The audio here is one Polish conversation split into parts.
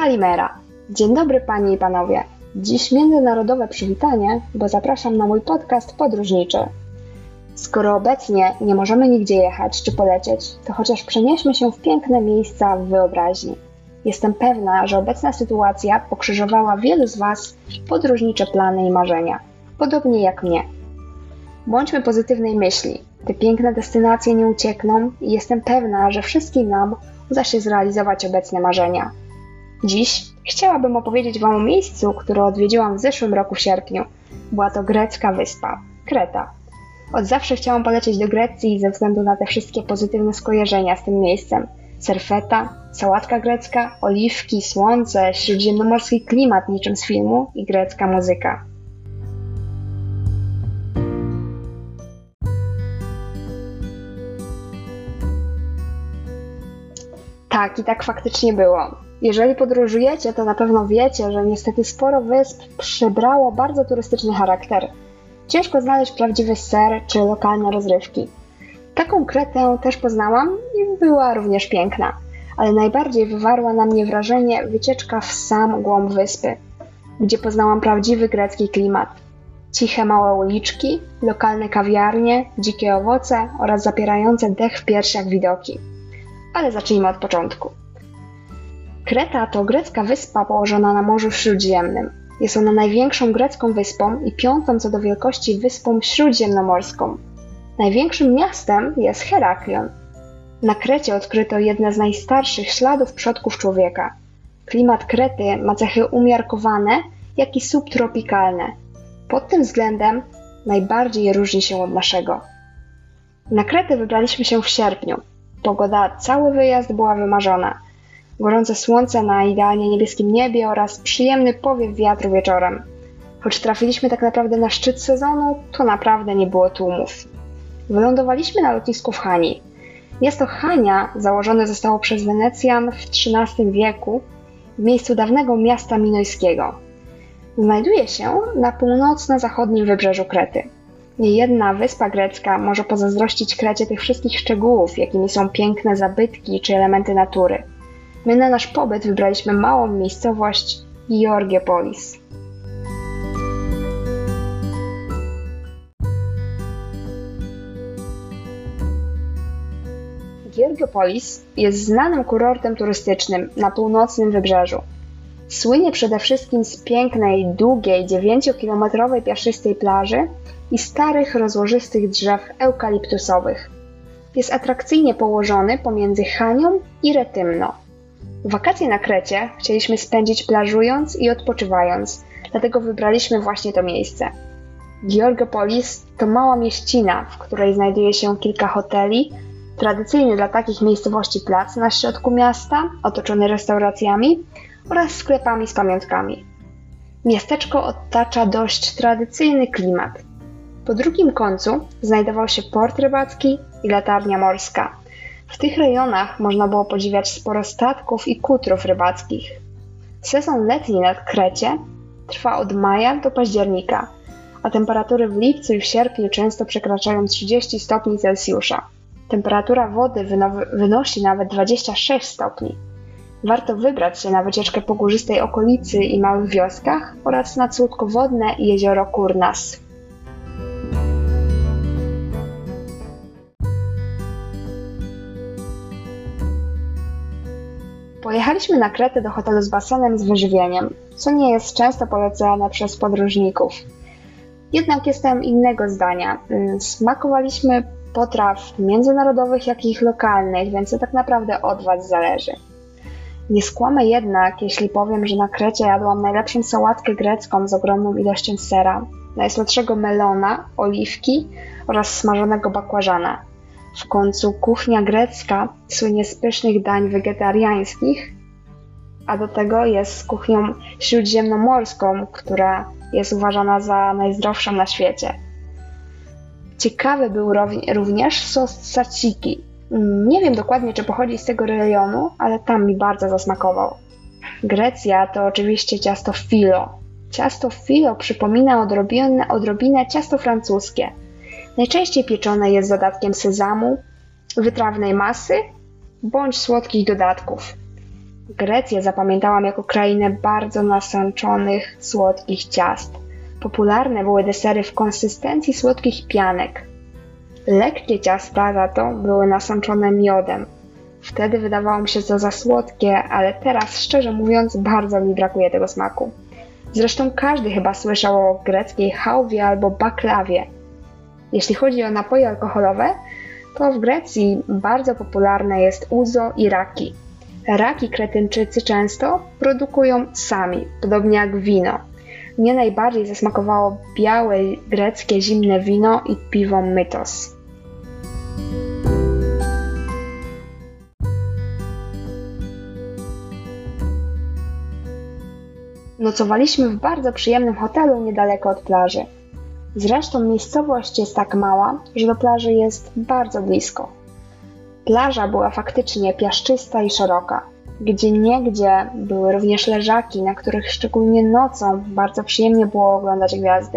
Kalimera. Dzień dobry panie i panowie. Dziś międzynarodowe przywitanie, bo zapraszam na mój podcast podróżniczy. Skoro obecnie nie możemy nigdzie jechać czy polecieć, to chociaż przenieśmy się w piękne miejsca w wyobraźni. Jestem pewna, że obecna sytuacja pokrzyżowała wielu z was podróżnicze plany i marzenia, podobnie jak mnie. Bądźmy pozytywnej myśli. Te piękne destynacje nie uciekną i jestem pewna, że wszystkim nam uda się zrealizować obecne marzenia. Dziś chciałabym opowiedzieć wam o miejscu, które odwiedziłam w zeszłym roku w sierpniu. Była to grecka wyspa, Kreta. Od zawsze chciałam polecieć do Grecji ze względu na te wszystkie pozytywne skojarzenia z tym miejscem. Serfeta, sałatka grecka, oliwki, słońce, śródziemnomorski klimat niczym z filmu i grecka muzyka. Tak, i tak faktycznie było. Jeżeli podróżujecie, to na pewno wiecie, że niestety sporo wysp przybrało bardzo turystyczny charakter. Ciężko znaleźć prawdziwy ser czy lokalne rozrywki. Taką Kretę też poznałam i była również piękna, ale najbardziej wywarła na mnie wrażenie wycieczka w sam głąb wyspy, gdzie poznałam prawdziwy grecki klimat. Ciche małe uliczki, lokalne kawiarnie, dzikie owoce oraz zapierające dech w piersiach widoki. Ale zacznijmy od początku. Kreta to grecka wyspa położona na Morzu Śródziemnym. Jest ona największą grecką wyspą i piątą co do wielkości wyspą śródziemnomorską. Największym miastem jest Heraklion. Na Krecie odkryto jedne z najstarszych śladów przodków człowieka. Klimat Krety ma cechy umiarkowane, jak i subtropikalne. Pod tym względem najbardziej różni się od naszego. Na Kretę wybraliśmy się w sierpniu. Pogoda cały wyjazd była wymarzona. Gorące słońce na idealnie niebieskim niebie oraz przyjemny powiew wiatru wieczorem. Choć trafiliśmy tak naprawdę na szczyt sezonu, to naprawdę nie było tłumów. Wylądowaliśmy na lotnisku w Chanii. Miasto Chania założone zostało przez Wenecjan w XIII wieku w miejscu dawnego miasta minojskiego. Znajduje się na północno-zachodnim wybrzeżu Krety. Niejedna wyspa grecka może pozazdrościć Krecie tych wszystkich szczegółów, jakimi są piękne zabytki czy elementy natury. My na nasz pobyt wybraliśmy małą miejscowość Georgiopolis. Georgiopolis jest znanym kurortem turystycznym na północnym wybrzeżu. Słynie przede wszystkim z pięknej, długiej, 9-kilometrowej piaszczystej plaży i starych, rozłożystych drzew eukaliptusowych. Jest atrakcyjnie położony pomiędzy Chanią i Retymno. Wakacje na Krecie chcieliśmy spędzić plażując i odpoczywając, dlatego wybraliśmy właśnie to miejsce. Georgiopolis to mała mieścina, w której znajduje się kilka hoteli, tradycyjny dla takich miejscowości plac na środku miasta, otoczony restauracjami oraz sklepami z pamiątkami. Miasteczko otacza dość tradycyjny klimat. Po drugim końcu znajdował się port rybacki i latarnia morska. W tych rejonach można było podziwiać sporo statków i kutrów rybackich. Sezon letni na Krecie trwa od maja do października, a temperatury w lipcu i w sierpniu często przekraczają 30 stopni Celsjusza. Temperatura wody wynosi nawet 26 stopni. Warto wybrać się na wycieczkę po górzystej okolicy i małych wioskach oraz na słodkowodne jezioro Kurnas. Pojechaliśmy na Kretę do hotelu z basenem z wyżywieniem, co nie jest często polecane przez podróżników. Jednak jestem innego zdania. Smakowaliśmy potraw międzynarodowych, jak i lokalnych, więc to tak naprawdę od was zależy. Nie skłamę jednak, jeśli powiem, że na Krecie jadłam najlepszą sałatkę grecką z ogromną ilością sera, najsłodszego melona, oliwki oraz smażonego bakłażana. W końcu kuchnia grecka słynie z pysznych dań wegetariańskich, a do tego jest kuchnią śródziemnomorską, która jest uważana za najzdrowszą na świecie. Ciekawy był również sos tzatziki. Nie wiem dokładnie, czy pochodzi z tego rejonu, ale tam mi bardzo zasmakował. Grecja to oczywiście ciasto filo. Ciasto filo przypomina odrobinę ciasto francuskie. Najczęściej pieczone jest z dodatkiem sezamu, wytrawnej masy bądź słodkich dodatków. Grecję zapamiętałam jako krainę bardzo nasączonych, słodkich ciast. Popularne były desery w konsystencji słodkich pianek. Lekkie ciasta za to były nasączone miodem. Wtedy wydawało mi się to za słodkie, ale teraz, szczerze mówiąc, bardzo mi brakuje tego smaku. Zresztą każdy chyba słyszał o greckiej chałwie albo baklawie. Jeśli chodzi o napoje alkoholowe, to w Grecji bardzo popularne jest ouzo i raki. Raki Kretyńczycy często produkują sami, podobnie jak wino. Mnie najbardziej zasmakowało białe greckie zimne wino i piwo mytos. Nocowaliśmy w bardzo przyjemnym hotelu niedaleko od plaży. Zresztą miejscowość jest tak mała, że do plaży jest bardzo blisko. Plaża była faktycznie piaszczysta i szeroka. Gdzieniegdzie były również leżaki, na których szczególnie nocą bardzo przyjemnie było oglądać gwiazdy.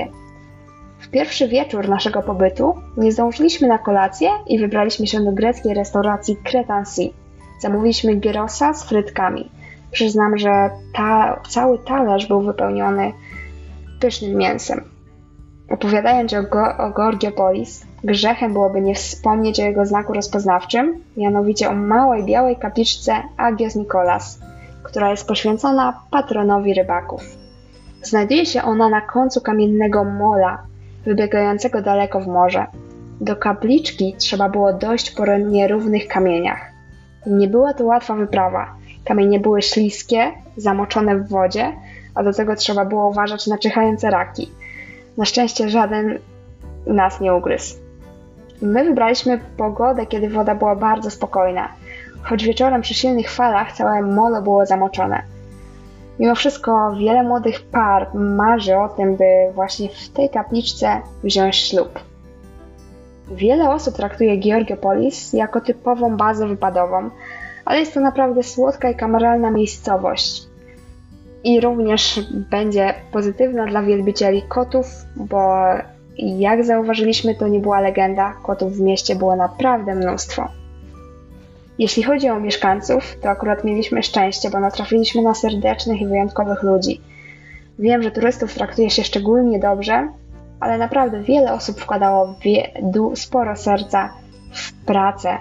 W pierwszy wieczór naszego pobytu nie zdążyliśmy na kolację i wybraliśmy się do greckiej restauracji Kretansi. Zamówiliśmy gyrosa z frytkami. Przyznam, że cały talerz był wypełniony pysznym mięsem. Opowiadając o Georgiopolis, grzechem byłoby nie wspomnieć o jego znaku rozpoznawczym, mianowicie o małej białej kapliczce Agios Nikolas, która jest poświęcona patronowi rybaków. Znajduje się ona na końcu kamiennego mola, wybiegającego daleko w morze. Do kapliczki trzeba było dojść po nierównych kamieniach. Nie była to łatwa wyprawa. Kamienie były śliskie, zamoczone w wodzie, a do tego trzeba było uważać na czyhające raki. Na szczęście żaden nas nie ugryzł. My wybraliśmy pogodę, kiedy woda była bardzo spokojna. Choć wieczorem przy silnych falach całe molo było zamoczone. Mimo wszystko wiele młodych par marzy o tym, by właśnie w tej kapliczce wziąć ślub. Wiele osób traktuje Georgiopolis jako typową bazę wypadową, ale jest to naprawdę słodka i kameralna miejscowość. I również będzie pozytywna dla wielbicieli kotów, bo jak zauważyliśmy, to nie była legenda, kotów w mieście było naprawdę mnóstwo. Jeśli chodzi o mieszkańców, to akurat mieliśmy szczęście, bo natrafiliśmy na serdecznych i wyjątkowych ludzi. Wiem, że turystów traktuje się szczególnie dobrze, ale naprawdę wiele osób wkładało sporo serca w pracę.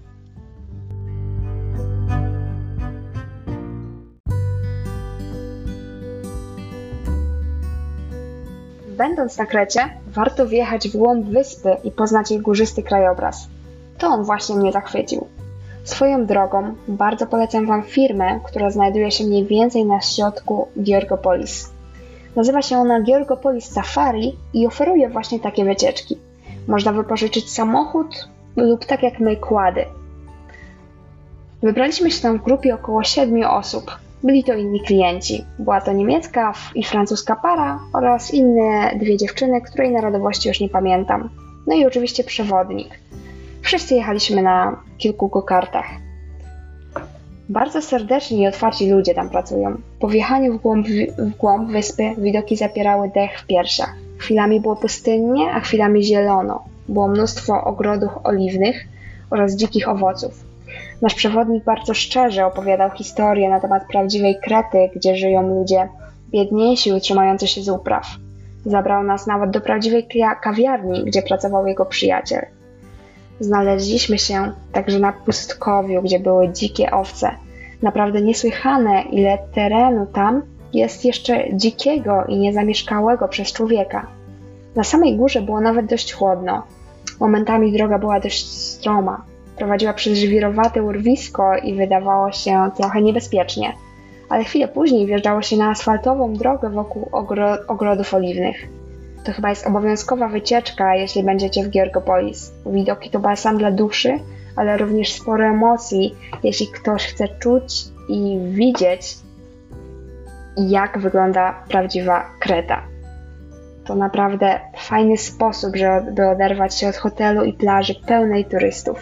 Będąc na Krecie, warto wjechać w głąb wyspy i poznać jej górzysty krajobraz. To on właśnie mnie zachwycił. Swoją drogą bardzo polecam Wam firmę, która znajduje się mniej więcej na środku Georgopolis. Nazywa się ona Georgopolis Safari i oferuje właśnie takie wycieczki. Można wypożyczyć samochód lub tak jak my quady. Wybraliśmy się tam w grupie około 7 osób. Byli to inni klienci. Była to niemiecka i francuska para oraz inne 2 dziewczyny, której narodowości już nie pamiętam. No i oczywiście przewodnik. Wszyscy jechaliśmy na kilku go-kartach. Bardzo serdeczni i otwarci ludzie tam pracują. Po wjechaniu w głąb wyspy widoki zapierały dech w piersiach. Chwilami było pustynnie, a chwilami zielono. Było mnóstwo ogrodów oliwnych oraz dzikich owoców. Nasz przewodnik bardzo szczerze opowiadał historię na temat prawdziwej Krety, gdzie żyją ludzie biedniejsi, utrzymujący się z upraw. Zabrał nas nawet do prawdziwej kawiarni, gdzie pracował jego przyjaciel. Znaleźliśmy się także na pustkowiu, gdzie były dzikie owce. Naprawdę niesłychane, ile terenu tam jest jeszcze dzikiego i niezamieszkałego przez człowieka. Na samej górze było nawet dość chłodno. Momentami droga była dość stroma. Prowadziła przez żwirowate urwisko i wydawało się trochę niebezpiecznie, ale chwilę później wjeżdżało się na asfaltową drogę wokół ogrodów oliwnych. To chyba jest obowiązkowa wycieczka, jeśli będziecie w Georgopolis. Widoki to balsam dla duszy, ale również sporo emocji, jeśli ktoś chce czuć i widzieć, jak wygląda prawdziwa Kreta. To naprawdę fajny sposób, żeby oderwać się od hotelu i plaży pełnej turystów.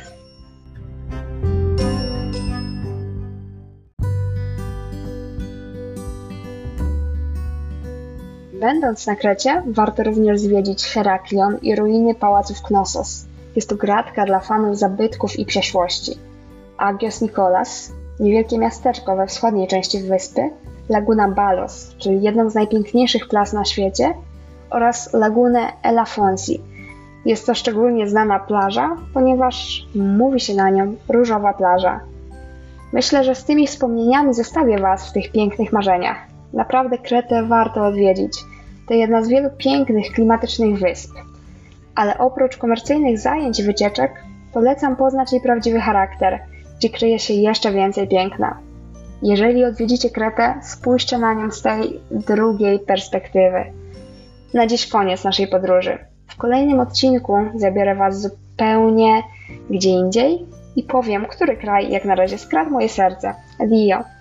Będąc na Krecie, warto również zwiedzić Heraklion i ruiny pałaców Knossos. Jest to gratka dla fanów zabytków i przeszłości. Agios Nikolas niewielkie miasteczko we wschodniej części wyspy, Laguna Balos, czyli jedną z najpiękniejszych plaż na świecie, oraz lagunę El Afonsi. Jest to szczególnie znana plaża, ponieważ mówi się na nią różowa plaża. Myślę, że z tymi wspomnieniami zostawię Was w tych pięknych marzeniach. Naprawdę Kretę warto odwiedzić. To jedna z wielu pięknych, klimatycznych wysp. Ale oprócz komercyjnych zajęć i wycieczek, polecam poznać jej prawdziwy charakter, gdzie kryje się jeszcze więcej piękna. Jeżeli odwiedzicie Kretę, spójrzcie na nią z tej drugiej perspektywy. Na dziś koniec naszej podróży. W kolejnym odcinku zabiorę Was zupełnie gdzie indziej i powiem, który kraj jak na razie skradł moje serce. Dio.